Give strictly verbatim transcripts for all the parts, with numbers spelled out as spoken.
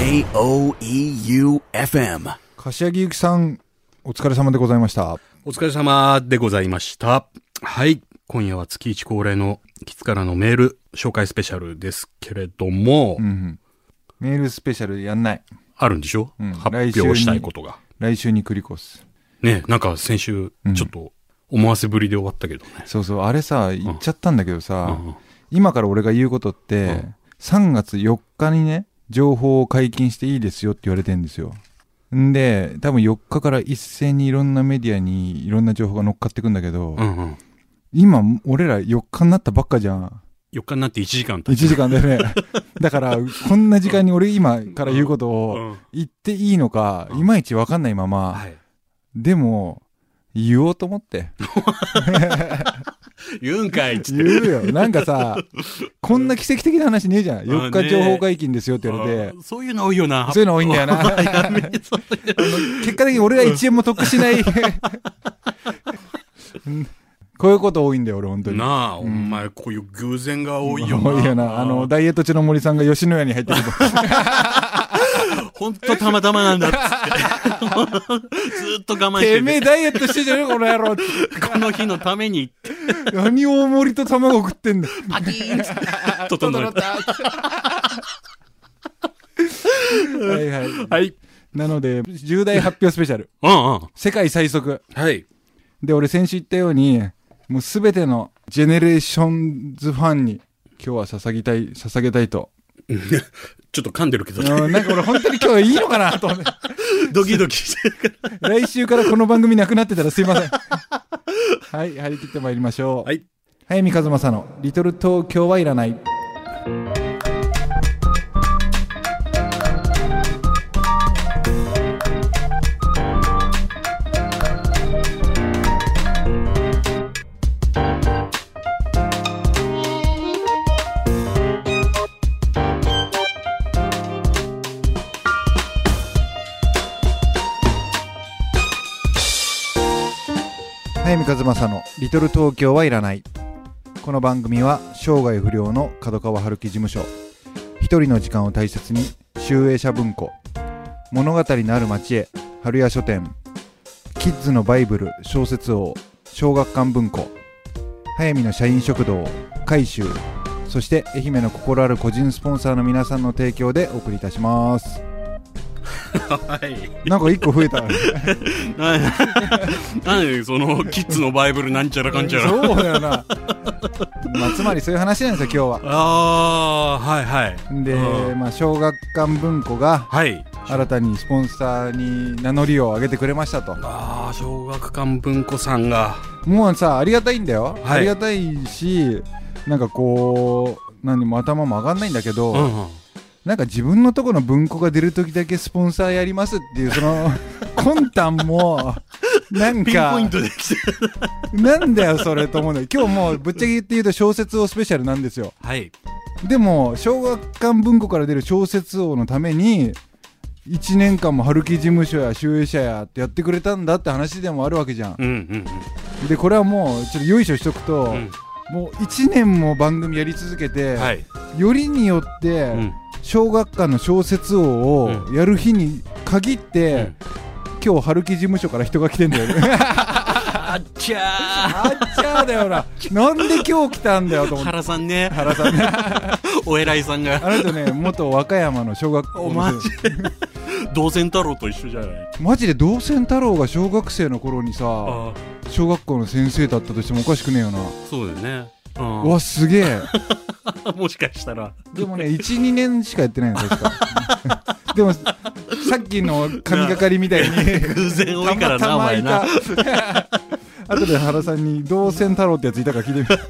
ジェーオーイーユーエフエム柏木由紀さん、お疲れ様でございました。 お疲れ様でございました。はい。今夜は月一恒例のキツからのメール紹介スペシャルですけれども、 うんうん、メールスペシャルやんない。 あるんでしょ、うん、発表したいことが。 来週に繰り越す。 ね、なんか先週ちょっと思わせぶりで終わったけどね。 うん、そうそう、あれさ、言っちゃったんだけどさ、うん、今から俺が言うことって、うん、さんがつよっかにね、情報を解禁していいですよって言われてるんですよ。んで、多分よっかから一斉にいろんなメディアにいろんな情報が乗っかってくんだけど、うんうん、今、俺らよっかになったばっかじゃん。 よっかになっていちじかん経った。 いちじかんだよね。だから、こんな時間に俺今から言うことを言っていいのか、いまいちわかんないまま、はい、でも、言おうと思って。 言うんかいっつって。 言うよ。なんかさ、こんな奇跡的な話ねえじゃん。よっか情報解禁ですよって言われて。 そういうの多いよな。 そういうの多いんだよな。結果的に俺がいちえんも得しない。こういうこと多いんだよ、俺、本当に。 なあ、うん、お前、こういう偶然が多いよな。 多いよな。あの、ダイエット中の森さんが吉野家に入ってくる。 ほんとたまたまなんだっつって。ずっと我慢してて。 てめえダイエットしてんじゃねえこの野郎。 この日のために。 何大盛りと卵食ってんだ。 パキーンっつって。整った。 はいはい。 はい。 なので、重大発表スペシャル。 うんうん。 世界最速。 はい。で、 俺先週言ったように、もうすべてのジェネレーションズファンに今日は捧げたい、捧げたいと。 ちょっと噛んでるけどね。 なんか俺本当に今日はいいのかなと思って。 ドキドキしてるから。 来週からこの番組なくなってたらすいません。はい、張り切ってまいりましょう。はい。早見和正のリトル東京はいらない。早見和正のリトル東京はいらない。この番組は生涯不良の角川春樹事務所、一人の時間を大切に集英社文庫、物語のある町へ春屋書店、キッズのバイブル小説王小学館文庫、早見の社員食堂海舟、そして愛媛の心ある個人スポンサーの皆さんの提供でお送りいたします。 はい、 なんか一個増えたね。 なんでそのキッズのバイブルなんちゃらかんちゃら。 そうだよな。まあ、つまりそういう話なんですよ今日は。 ああ、はいはい。 で、まあ、小学館文庫が新たにスポンサーに名乗りを上げてくれましたと。 ああ、小学館文庫さんがもうさ、ありがたいんだよ、はい、ありがたいし、なんかこう何も頭も上がんないんだけど、うんうん、なんか自分のところの文庫が出るときだけスポンサーやりますっていうその魂胆もなんかピンポイントできてなんだよそれと思うんだよ。今日もうぶっちゃけ言って言うと小説王スペシャルなんですよ。 はい。 でも小学館文庫から出る小説王のためにいちねんかんも春樹事務所や集英社やってやってくれたんだって話でもあるわけじゃん、うんうんうん、でこれはもうちょっとよいしょしとくと、うん、もういちねんも番組やり続けて、はい、よりによって、うん、小学館の小説王をやる日に限って、うん、今日春樹事務所から人が来てんだよね。 あっちゃーあっちゃーだよな。なんで今日来たんだよと思って。 原さんね。 原さんね。 お偉いさんが。 あの人ね、元和歌山の小学校の。 マジで道仙太郎と一緒じゃない。 マジで道仙太郎が小学生の頃にさ、小学校の先生だったとしてもおかしくねえよな。 そうだよね。うわ、すげえ。 もしかしたら。 でもね、いち、にねんしかやってないの確か。でもさっきの神がかりみたいに偶然多いからな、お前な。 後で原さんに道仙太郎ってやついたか聞いてみて。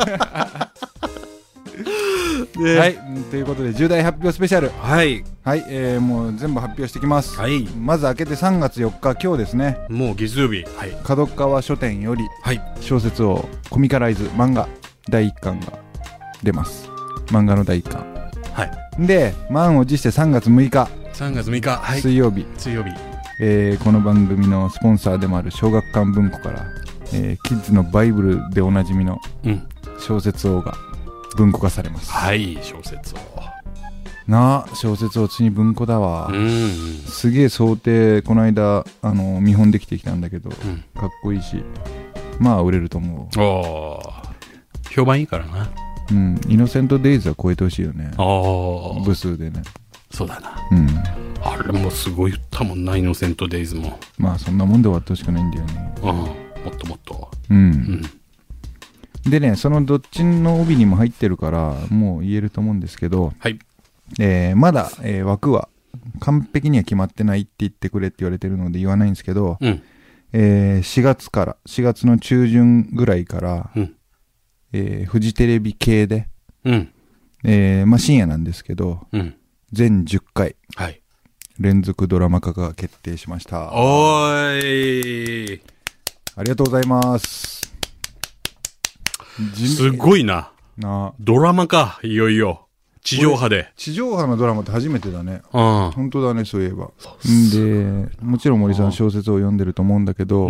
はい、ということで重大発表スペシャル。 はい、 はい、えー、もう全部発表してきます。はい、まず開けてさんがつよっか、今日ですね。 もう月曜日。はい、 角川書店より、はい、小説をコミカライズ漫画だいいっかんが出ます。漫画のだいいっかん。はい。で、満を持してさんがつむいか。 さんがつむいか、はい、 水曜日。 水曜日。 えー、この番組のスポンサーでもある小学館文庫から、えー、キッズのバイブルでおなじみの小説王が文庫化されます。 はい、小説王。 なあ、小説をつに文庫だわ。 うん。 すげえ想定、この間、あの、見本できてきたんだけど、 うん、 かっこいいし、まあ売れると思う。 ああ。評判いいからな。 うん。イノセントデイズは超えてほしいよね。 ああ。 部数でね。 そうだな。 うん。 あれもすごい言ったもんな、イノセントデイズも。 まあそんなもんで終わってほしくないんだよね。 うん。もっともっと。 うん。 うん、 でね、そのどっちの帯にも入ってるから、もう言えると思うんですけど、 はい。 えー、まだ、えー、枠は完璧には決まってないって言ってくれって言われてるので言わないんですけど、 うん、 えー、しがつから、しがつの中旬ぐらいから、 うん、 えー、フジテレビ系で、 うん、 えー、まあ深夜なんですけど、 うん、 全じゅっかい、 はい、 連続ドラマ化が決定しました。 おーい。 ありがとうございます。 すごいな。 なドラマか、いよいよ。地上波で。 地上波のドラマって初めてだね。 うん。 本当だね、そういえば。で、もちろん森さん小説を読んでると思うんだけど、 うん、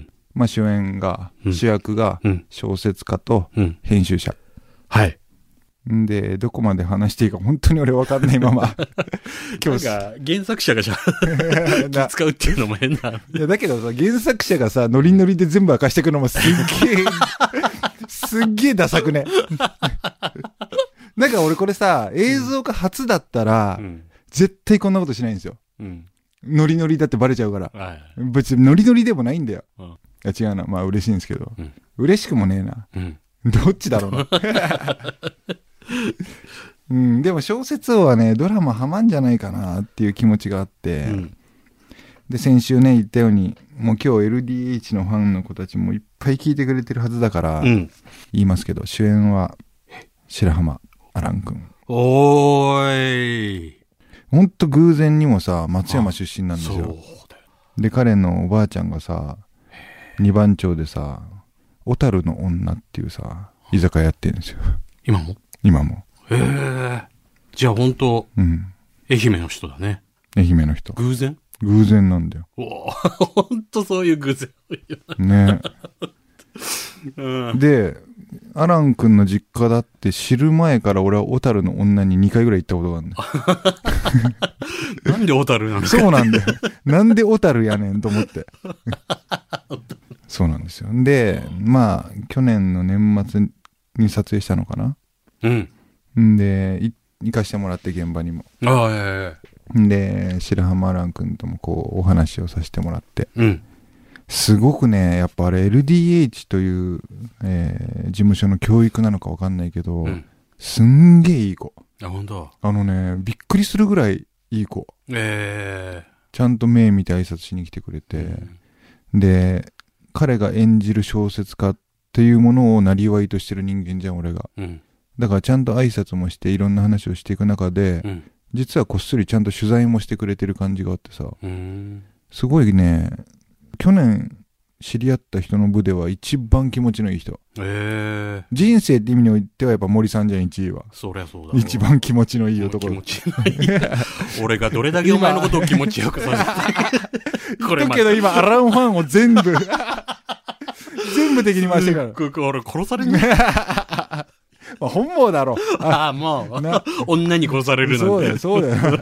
まあ主演が、 うん、 主役が小説家と編集者。 うん、はい。 んで、どこまで話していいか本当に俺分かんないまま。 今日なんか原作者がじゃ気使うっていうのも変な。 いやだけどさ、原作者がさ、ノリノリで全部明かしてくるのもすっげえ、すっげえダサくね。なんか俺これさ、映像化初だったら、うん、絶対こんなことしないんですよ。うん、ノリノリだってバレちゃうから。はい、別にノリノリでもないんだよ。うん、いや違うな。まあ嬉しいんですけど。うん、嬉しくもねえな。うん、どっちだろうな。うん、でも小説王はね、ドラマハマんじゃないかなっていう気持ちがあって。うん、で、先週ね、言ったように、もう今日 エルディーエイチ のファンの子たちもいっぱい聞いてくれてるはずだから、うん、言いますけど、主演は白浜アラン君。 おーい。 ほんと偶然にもさ、松山出身なんですよ。そうだよ。で、彼のおばあちゃんがさ、二番町でさ、小樽の女っていうさ、居酒屋やってるんですよ。 今も今も。 へえ。じゃあほんと、うん、愛媛の人だね。 愛媛の人。 偶然偶然なんだよ。 おほんとそういう偶然。 ね、うん。で、アラン君の実家だって知る前から俺は小樽の女ににかいぐらい行ったことがあるんだよ。 なんで小樽なんですか？そうなんだよ。なんで小樽やねんと思って。そうなんですよ。で、まあ、去年の年末に撮影したのかな。うん。んで、い行かしてもらって現場にも。ああ、ええ。で、白浜アラン君ともこう、お話をさせてもらって。うん。すごくね、やっぱあれ エルディーエイチ という、えー、事務所の教育なのかわかんないけど、うん、すんげえいい子。 あ、ほんと？ あのね、びっくりするぐらいいい子。ええー。ちゃんと目見て挨拶しに来てくれて、うん、で、彼が演じる小説家っていうものをなりわいとしてる人間じゃん、俺が。うん、だからちゃんと挨拶もしていろんな話をしていく中で、うん、実はこっそりちゃんと取材もしてくれてる感じがあってさ、うん、すごいね、去年知り合った人の部では一番気持ちのいい人。えー、人生って意味においてはやっぱ森さんじゃん、いちいは。 そりゃそうだ。 一番気持ちのいい男だ。 気持ちのいい。俺がどれだけお前のことを気持ちよくさせて。 これだけど今アランファンを全部全部敵に回してるから。俺殺されんね。 まあ本望だろ。 ああ、もう女に殺されるなんて。 そうだよ、そうだよ。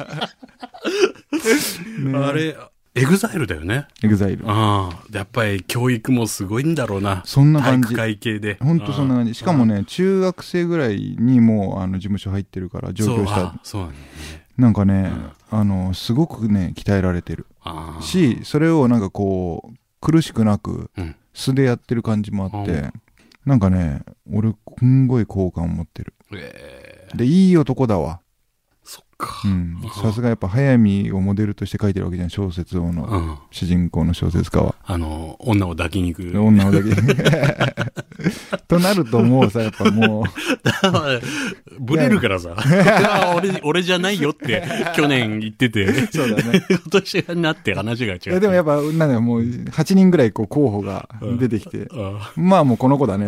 ね、あれ。エグザイルだよね。 エグザイル。 ああ。やっぱり教育もすごいんだろうな。 そんな感じ。 体育会系で。 ほんとそんな感じ。しかもね、中学生ぐらいにもう、あの、事務所入ってるから、上京した。 そうなんだね。 なんかね、うん、あの、すごくね、鍛えられてる。し、それをなんかこう、苦しくなく、素でやってる感じもあって、うん、なんかね、俺、すんごい好感を持ってる。えー、で、いい男だわ。 そっか。 うん。さすがやっぱ早見をモデルとして書いてるわけじゃん、小説王の、うん、主人公の小説家は。 あの、女を抱きに行く。 女を抱きに行く。となるともうさ、やっぱもう。 ブレるからさ。俺、俺じゃないよって去年言ってて。 そうだね。 今年になって話が違う。 いやでもやっぱ、なんだよ、もうはちにんぐらいこう候補が出てきて。うん、まあもうこの子だね。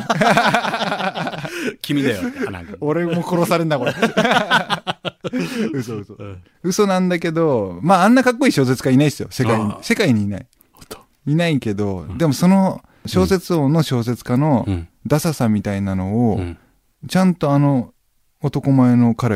君だよって。 俺も殺されんだ、これ。嘘嘘、うん、嘘なんだけど、まああんなかっこいい小説家いないですよ、世界に。世界にいない。いないけど、うん、でもその小説王の小説家のダサさみたいなのを、うん、ちゃんとあの男前の彼が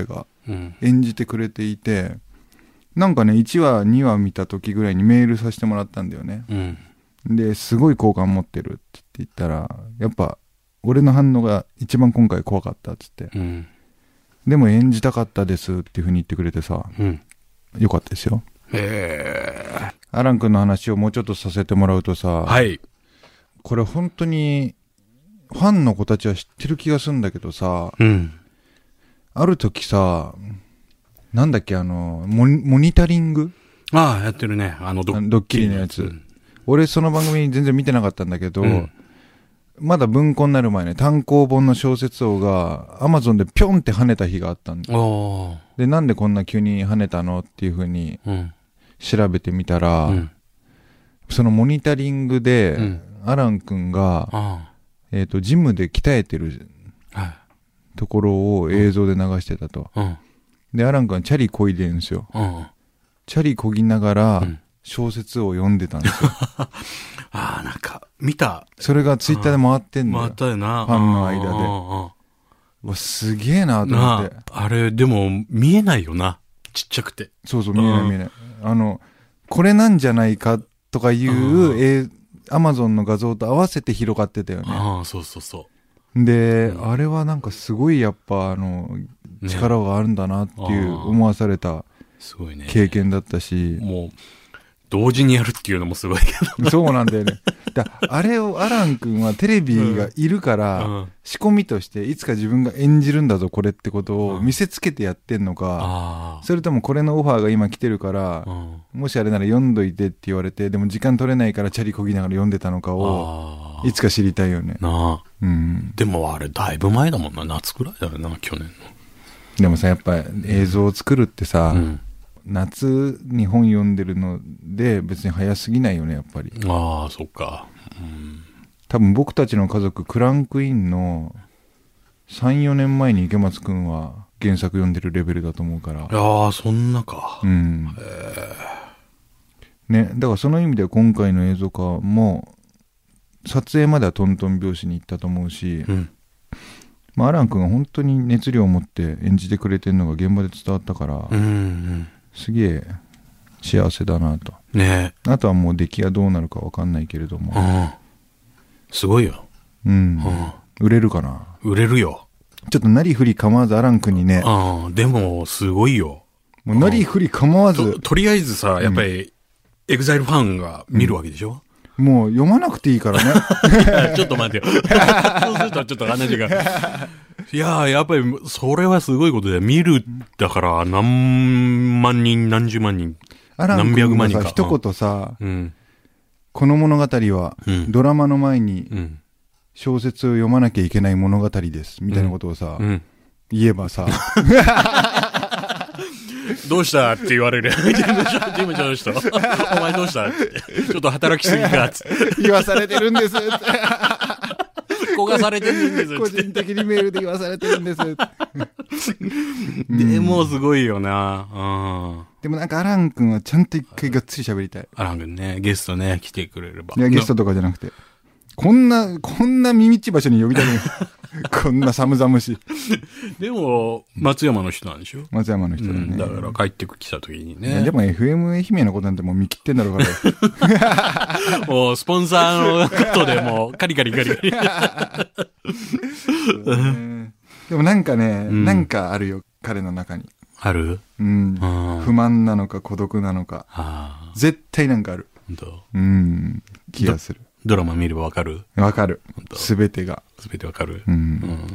演じてくれていて、なんかねいちわにわ見た時ぐらいにメールさせてもらったんだよね、うん、ですごい好感持ってるって言ったら、やっぱ俺の反応が一番今回怖かったっつって、うん、でも演じたかったですっていう風に言ってくれてさ、うん、よかったですよ。へー。アラン君の話をもうちょっとさせてもらうとさ、はい、これ本当にファンの子たちは知ってる気がするんだけどさ、うん、ある時さ、なんだっけ、あのモニ、モニタリング、 ああやってるね、あのドッドッキリのやつ、うん、俺その番組全然見てなかったんだけど、うん、まだ文庫になる前ね、単行本の小説王がアマゾンでピョンって跳ねた日があったんだ。で、なんでこんな急に跳ねたのっていう風に調べてみたら、うん、そのモニタリングで、うん、アラン君がえっとジムで鍛えてるところを映像で流してたと、うん、でアラン君はチャリ漕いでるんですよ、うん、チャリ漕ぎながら小説を読んでたんですよ、うん、 ああ、なんか見た、 それがツイッターで回ってんだよ、 回ったよな、 ファンの間で。うわ、すげえなと思って。 あれでも見えないよな、ちっちゃくて。 そうそう、見えない見えない、うん、あのこれなんじゃないかとかいう、えアマゾンの画像と合わせて広がってたよね。 ああ、そうそうそうで、うん、あれはなんかすごいやっぱあの力があるんだなっていう思わされた経験だったし、 ね、もう同時にやるっていうのもすごいけどそうなんだよね。だあれをアラン君はテレビがいるから、うん、仕込みとしていつか自分が演じるんだぞこれってことを見せつけてやってんのか、うん、それともこれのオファーが今来てるから、うん、もしあれなら読んどいてって言われて、でも時間取れないからチャリこぎながら読んでたのかをいつか知りたいよね。なあ、 うん、でもあれだいぶ前だもんな、夏くらいだよな、去年の。 でもさ、やっぱ映像を作るってさ、うん、夏に本読んでるので別に早すぎないよね、やっぱり。 ああ、そっか、うん、 多分僕たちの家族クランクインの さん,よ 年前に池松くんは原作読んでるレベルだと思うから。 ああ、そんなか。うん。 ね、だからその意味では今回の映像化も撮影まではトントン拍子に行ったと思うし、うん、まあ、アラン君が本当に熱量を持って演じてくれてるのが現場で伝わったから、うんうん、すげえ幸せだなと、ね、あとはもう出来がどうなるか分かんないけれども、うん、 すごいよ、 うんうん、売れるかな。 売れるよ。 ちょっとなりふり構わずアラン君にね、 あ、でもすごいよ。 もうなりふり構わずと, とりあえずさ、やっぱりエグザイルファンが見るわけでしょ、 うん、もう読まなくていいからねちょっと待ってよそうするとちょっと話がいやー、やっぱりそれはすごいことで、見るだから何万人何十万人何百万人か。 一言さ、うん、この物語はドラマの前に小説を読まなきゃいけない物語ですみたいなことをさ、うんうん、言えばさどうしたって言われる。ジムちゃんどうしたお前どうしたって。ちょっと働きすぎかって。 言わされてるんですって。 焦がされてるんですって。 個人的にメールで言わされてるんですって。 でもすごいよな、うん、 でもなんかアラン君はちゃんと一回がっつり喋りたい。 アラン君ね、ゲストね、来てくれれば。 いや、ゲストとかじゃなくて。こんな、こんな耳っちい場所に呼びたくない。こんな寒々しい。 でも、松山の人なんでしょ？ 松山の人だね。うん、 だから帰ってきた時にね。 でも エフエム 愛媛のことなんてもう見切ってんだろうから。 もうスポンサーのことでもうカリカリカリカリ。 でもなんかね、うん、なんかあるよ、彼の中に。 ある？ うん。不満なのか孤独なのか。絶対なんかある。本当？うん。気がする。 ドラマ見ればわかる？ わかる。すべてが。 すべてわかる。 うん。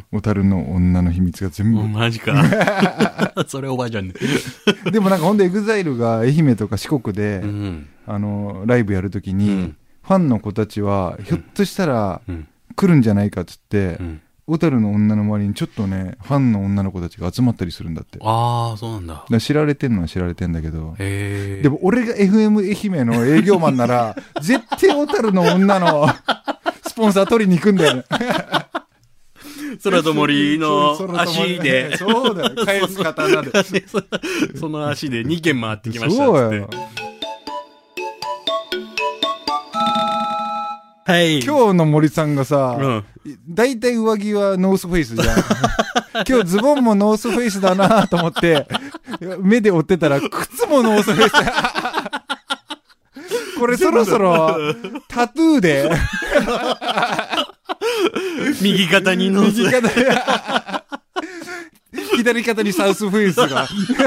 小樽、うん、の女の秘密が全部。 マジか。それおばあちゃんね。 でもなんかほんとエグザイルが愛媛とか四国で、うん、あの、ライブやるときに、うん、ファンの子たちは、ひょっとしたら、来るんじゃないかっつって、うん小樽の女の周りにちょっとねファンの女の子たちが集まったりするんだって。 ああ、そうなんだ。だから知られてんのは知られてんだけど、へでも俺が エフエム 愛媛の営業マンなら絶対小樽の女のスポンサー取りに行くんだよね。 空と森の足でそうだよ、返す刀でその足でにけん回ってきましたっつって。 はい。 今日の森さんがさ、 うん、 だいたい上着はノースフェイスじゃん。今日ズボンもノースフェイスだなと思って、目で追ってたら靴もノースフェイス。これそろそろタトゥーで。 右肩にノース。右肩左肩にサウスフェイスが。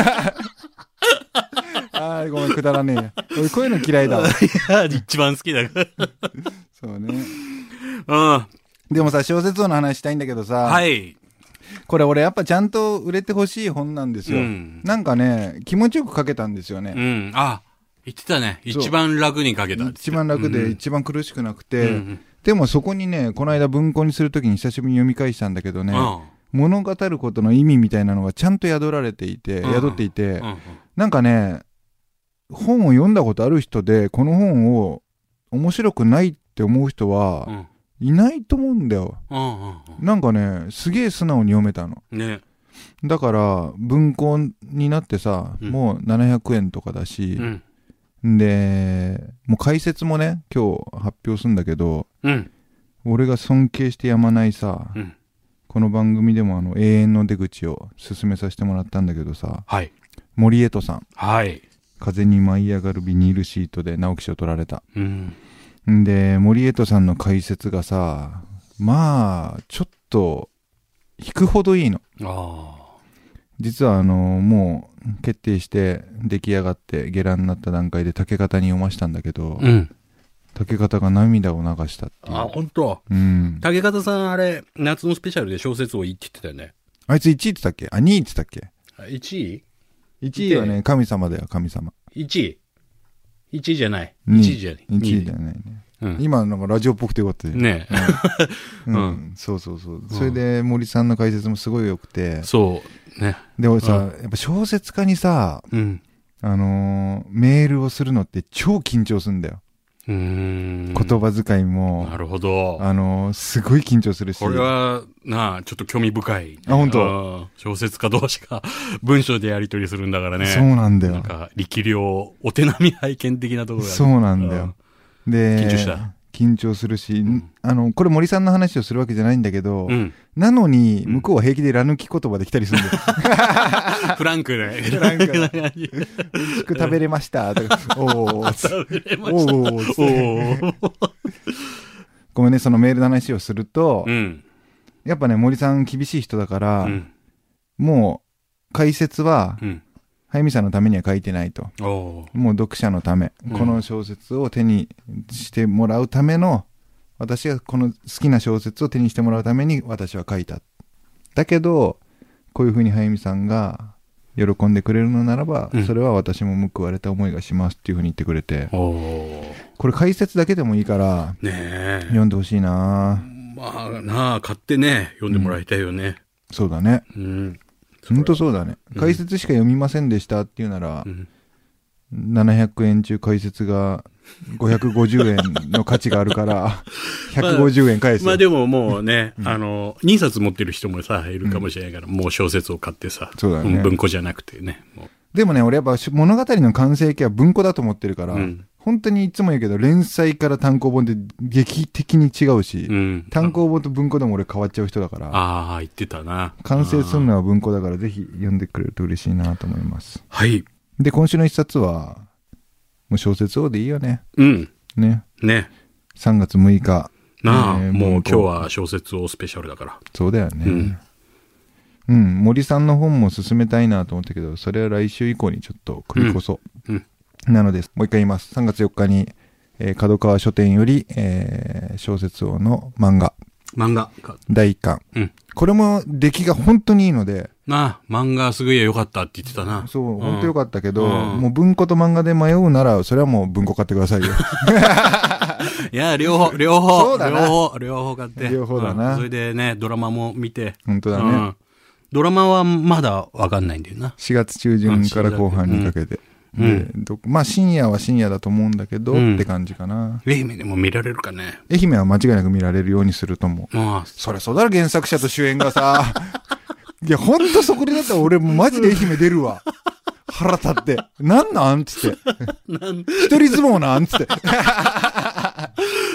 ああ、ごめん、くだらねえや。俺こういうの嫌いだわ。いや、一番好きだから。 そうね。 うん。 でもさ、小説王の話したいんだけどさ。 はい。 これ俺やっぱちゃんと売れてほしい本なんですよ。うん、なんかね、気持ちよく書けたんですよね。 うん。あ、言ってたね。一番楽に書けた。 一番楽で、一番苦しくなくて、うん、でもそこにね、この間文庫にするときに久しぶりに読み返したんだけどね、うん、物語ることの意味みたいなのがちゃんと宿られていて、うん、宿っていて、うん、なんかね、本を読んだことある人で、この本を面白くないって思う人は、うんいないと思うんだよ、うんうんうん。なんかね、すげえ素直に読めたの。ね。だから、文庫になってさ、うん、もうななひゃくえんとかだし、うん、で、もう解説もね、今日発表するんだけど、うん、俺が尊敬してやまないさ、うん、この番組でもあの永遠の出口を進めさせてもらったんだけどさ、はい、森江戸さん、はい、風に舞い上がるビニールシートで直木賞取られた。うんで、森江戸さんの解説がさ、まあ、ちょっと、引くほどいいの。あ実はあの、もう、決定して出来上がってゲラになった段階で竹方に読ましたんだけど、うん、竹方が涙を流したっていう。 あ、本当。うん。竹方さん、あれ、夏のスペシャルで小説をいいって言ってたよね。 あいついちいって言ったっけあ、にいって言ったっけ ?いち 位 ?いち 位はね、神様だよ、神様。 いちいいちいじゃない。いちいじゃない。 いちいじゃないね。うん、今なんかラジオっぽくてよかったよね。うんうん、そうそうそう。それで森さんの解説もすごい良くて。 そうね。 でもさ、やっぱ小説家にさ、うん、あのー、メールをするのって超緊張するんだよ。うーん言葉遣いも。 なるほど。 あのー、すごい緊張するし。 これは、なあ、ちょっと興味深い。 あ、本当。 小説家同士が文章でやり取りするんだからね。 そうなんだよ。 なんか、力量、お手並み拝見的なところが、ね。 そうなんだよ。で、 緊張した。 緊張するし、うん、あの、これ森さんの話をするわけじゃないんだけど、うん、なのに、向こうは平気でラ抜き言葉できたりするんだよ。 フランクで。 フランクで。美味しく食べれました。とかおー。食べれました。おー。ごめんね、そのメールの話をすると、うん、やっぱね、森さん厳しい人だから、うん、もう、解説は、うん早見さんのためには書いてないと。もう読者のため、うん、この小説を手にしてもらうための、私がこの好きな小説を手にしてもらうために私は書いた。だけど、こういうふうに早見さんが喜んでくれるのならば、うん、それは私も報われた思いがしますっていうふうに言ってくれて、これ解説だけでもいいから、ね、読んでほしいな。 まあなあ、買ってね、読んでもらいたいよね。うん、 そうだね。うんほんとそうだね、うん、解説しか読みませんでしたっていうなら、うん、ななひゃくえん中解説がごひゃくごじゅうえんの価値があるからひゃくごじゅうえん返す、 まあ、まあでももうね、うん、あのにさつ持ってる人もさいるかもしれないから、うん、もう小説を買ってさそうだね、文庫じゃなくてねもうでもね俺やっぱ物語の完成形は文庫だと思ってるから、うん本当にいつも言うけど連載から単行本って劇的に違うし、うん、単行本と文庫でも俺変わっちゃう人だからああ言ってたな完成するのは文庫だからぜひ読んでくれると嬉しいなと思いますはいで今週の一冊はもう小説王でいいよねうんねねさんがつむいかなあ、えー、もう今日は小説王スペシャルだからそうだよねうんうん、森さんの本も進めたいなと思ったけどそれは来週以降にちょっと繰り越そう、うんうんなので、もう一回言います。さんがつよっかに、えー、角川書店より、えー、小説王の漫画。 漫画。 だいいっかん。うん。これも出来が本当にいいので。 なあ、漫画すごい良かったって言ってたな。 そう、うん、本当良かったけど、うん、もう文庫と漫画で迷うなら、それはもう文庫買ってくださいよ。 いや、両方、両方。 そうだな。 両方、両方買って。 両方だな、 うん。それでね、ドラマも見て。 本当だね。うん、 ドラマはまだわかんないんだよな。 しがつちゅうじゅんから後半にかけて。で、うん、まあ深夜は深夜だと思うんだけど、うん、って感じかな。 愛媛でも見られるかね。 愛媛は間違いなく見られるようにすると思う。ああそりゃそうだろ原作者と主演がさ。いやほんとそこでだったら俺マジで愛媛出るわ。腹立って。なんなんつって。一人相撲なんつって。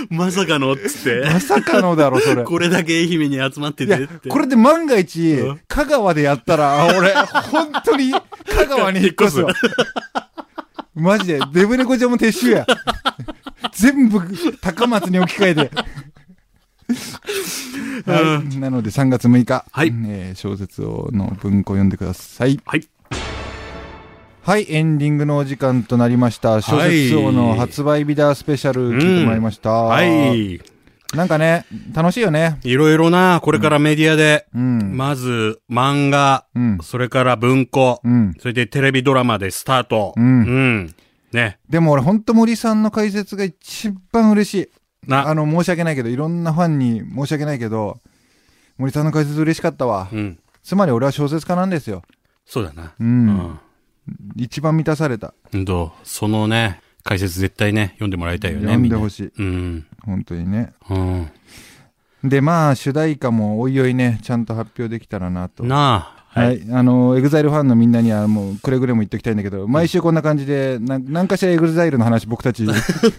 まさかのっつって。 まさかのだろ、それ。 これだけ愛媛に集まっててって。 これで万が一、香川でやったら、俺、本当に香川に引っ越すわ。マジで、デブ猫ちゃんも撤収や。全部、高松に置き換えて。はい、なのでさんがつむいか、はい、えー、小説をの文庫を読んでください。はい。はい、エンディングのお時間となりました。小説王の発売日だスペシャル聞いてもらいました。うん、はい。なんかね、楽しいよね。 いろいろな、これからメディアで、うん、まず漫画、うん、それから文庫、うん、それでテレビドラマでスタート。うん。うん、ね。 でも俺ほんと森さんの解説が一番嬉しい。な。あの、申し訳ないけど、いろんなファンに申し訳ないけど、森さんの解説嬉しかったわ。うん。つまり俺は小説家なんですよ。 そうだな。 うん。うん一番満たされた。 うんと、そのね、解説絶対ね、読んでもらいたいよね。 読んでほしい。 うん。 本当にね。うん。で、まあ、主題歌もおいおいね、ちゃんと発表できたらなと。 なあ。 はい。はい、あの、エグザイルファンのみんなにはもう、くれぐれも言っときたいんだけど、毎週こんな感じで、ななんかしらエグザイルの話僕たち、さ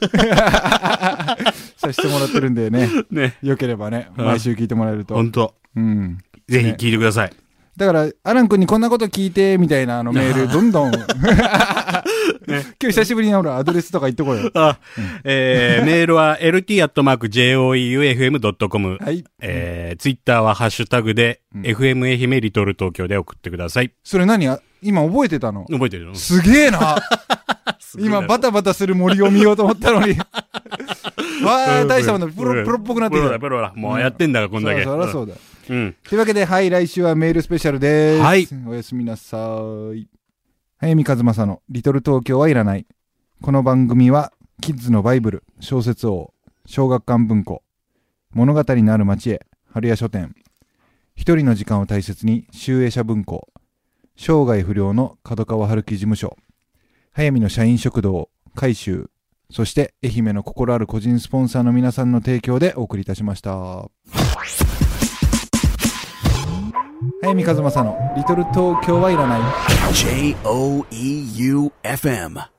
せてもらってるんでね。ね。よければね、毎週聞いてもらえると。 本当。うん。ぜひ聞いてください。 だから、アラン君にこんなこと聞いて、みたいなあのメール、どんどん。ね、今日久しぶりにほら、アドレスとか言っとこうよ。あ、 うん、えー、メールは エルティー アットマーク ジェイオーイーユーエフエム ドットコム。はい。えー、ツイッターはハッシュタグで、うん、エフエム 愛媛リトル東京で送ってください。 それ何今覚えてたの？ 覚えてるの？ すげえな今バタバタする森を見ようと思ったのに。わー、大したもの、プロ、プロっぽくなってきた。 プロだ、プロだ。もうやってんだから、こんだけ。 そりゃそうだ。うん。というわけで、はい、来週はメールスペシャルです。はい。おやすみなさい。早見和正のリトル東京はいらない。この番組は、キッズのバイブル、小説王、小学館文庫、物語のある街へ、春屋書店、一人の時間を大切に、集英社文庫、生涯不良の角川春樹事務所、早見の社員食堂、改修、そして愛媛の心ある個人スポンサーの皆さんの提供でお送りいたしました。早見和正のリトル東京はいらない。 ジェイオーイーユーエフエム